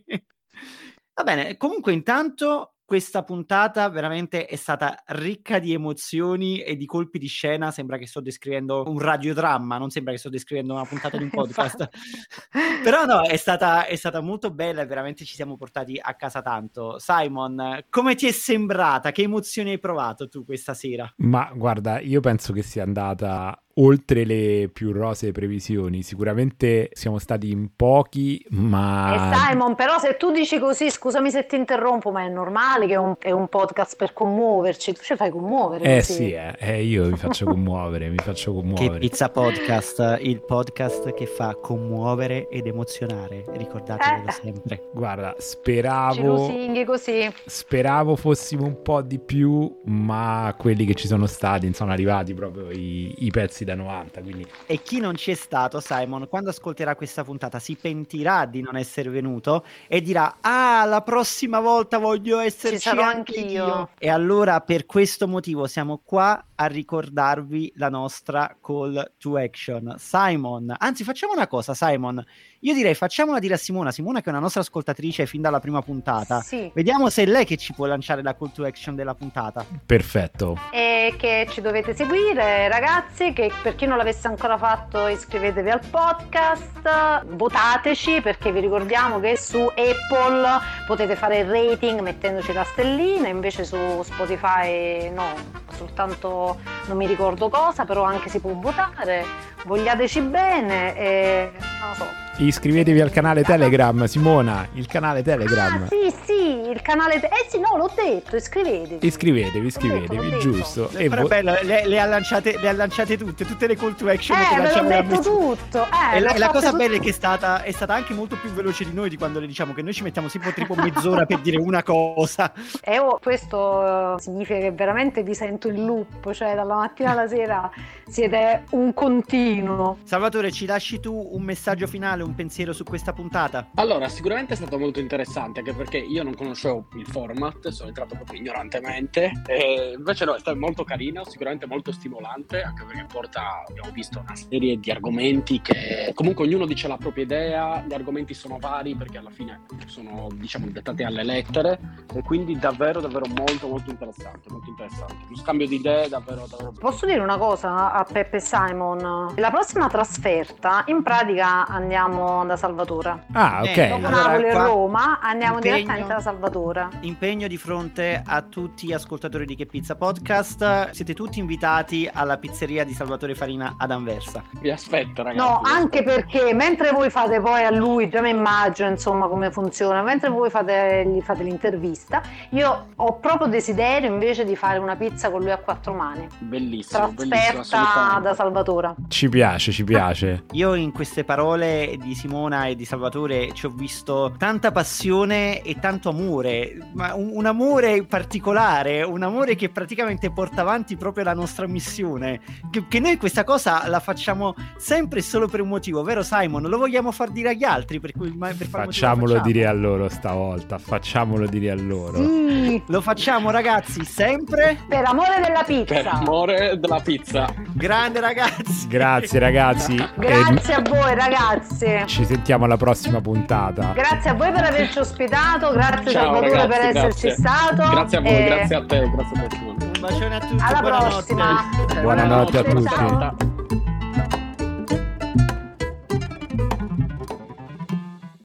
Va bene, comunque intanto questa puntata veramente è stata ricca di emozioni e di colpi di scena. Sembra che sto descrivendo un radiodramma, non sembra che sto descrivendo una puntata di un podcast. Però no, è stata molto bella e veramente ci siamo portati a casa tanto. Simon, come ti è sembrata? Che emozioni hai provato tu questa sera? Ma guarda, io penso che sia andata oltre le più rosee previsioni. Sicuramente siamo stati in pochi, ma... Simon, però se tu dici così, scusami se ti interrompo, ma è normale che è un podcast per commuoverci, tu ci fai commuovere così. Sì, io mi faccio commuovere, Che Pizza Podcast, il podcast che fa commuovere ed emozionare, ricordatevelo sempre. Guarda, Ci lusinghi così. speravo fossimo un po' di più, ma quelli che ci sono stati sono arrivati proprio i pezzi da 90, quindi... E chi non ci è stato, Simon, quando ascolterà questa puntata si pentirà di non essere venuto e dirà: ah, la prossima volta voglio esserci, ci sarò anch'io. E allora per questo motivo siamo qua a ricordarvi la nostra call to action. Simon, anzi facciamo una cosa, Simon, io direi facciamola dire a Simona che è una nostra ascoltatrice fin dalla prima puntata. Sì. Vediamo se è lei che ci può lanciare la call to action della puntata. Perfetto. E che ci dovete seguire, ragazzi, che per chi non l'avesse ancora fatto iscrivetevi al podcast, votateci, perché vi ricordiamo che su Apple potete fare il rating mettendoci la stellina, invece su Spotify no, soltanto non mi ricordo cosa, però anche si può votare. Vogliateci bene e non lo so. Iscrivetevi al canale Telegram, Simona, il canale Telegram. Ah, sì, il canale sì, no, l'ho detto, iscrivetevi, Iscrivetevi, giusto. E però è bello, le ha lanciate tutte le call to action che ve l'ho lanciamo detto tutto. E la cosa bella è che è stata anche molto più veloce di noi, di quando le diciamo, che noi ci mettiamo tipo mezz'ora per dire una cosa. E questo significa che veramente vi sento in loop, cioè dalla mattina alla sera siete un continuo. Salvatore, ci lasci tu un messaggio finale, un pensiero su questa puntata? Allora, sicuramente è stato molto interessante, anche perché io non conoscevo il format, sono entrato proprio ignorantemente, e invece no, è stato molto carino, sicuramente molto stimolante, anche perché abbiamo visto una serie di argomenti che comunque ognuno dice la propria idea, gli argomenti sono vari perché alla fine sono, diciamo, dettati alle lettere, e quindi davvero molto interessante, lo scambio di idee davvero. Posso dire una cosa a Peppe e Simon? La prossima trasferta in pratica andiamo da Salvatore. Ah, ok. Dopo Napoli e Roma andiamo direttamente da Salvatore. Impegno di fronte a tutti gli ascoltatori di Che Pizza Podcast. Siete tutti invitati alla pizzeria di Salvatore Farina ad Anversa. Vi aspetto, ragazzi. No, anche perché mentre voi fate poi a lui, già mi immagino insomma come funziona, mentre voi gli fate l'intervista, io ho proprio desiderio invece di fare una pizza con lui a 4 mani. Bellissimo. Trasferta da Salvatore. Ci piace. Io in queste parole di Simona e di Salvatore ci ho visto tanta passione e tanto amore, ma un amore particolare, un amore che praticamente porta avanti proprio la nostra missione, che noi questa cosa la facciamo sempre e solo per un motivo, vero Simon? Lo vogliamo far dire agli altri, per facciamolo dire a loro stavolta, facciamolo dire a loro. Sì. Lo facciamo, ragazzi, sempre Per amore della pizza. Per amore della pizza. grande, ragazzi. Grazie ragazzi. Grazie a voi ragazzi. Ci sentiamo alla prossima puntata. Grazie a voi per averci ospitato, grazie Ciao, Salvatore ragazzi, per esserci grazie. stato. Grazie a voi, grazie a te, grazie a te. Un bacione a tutti. Alla buonanotte. prossima. Buonanotte a tutti. Ciao.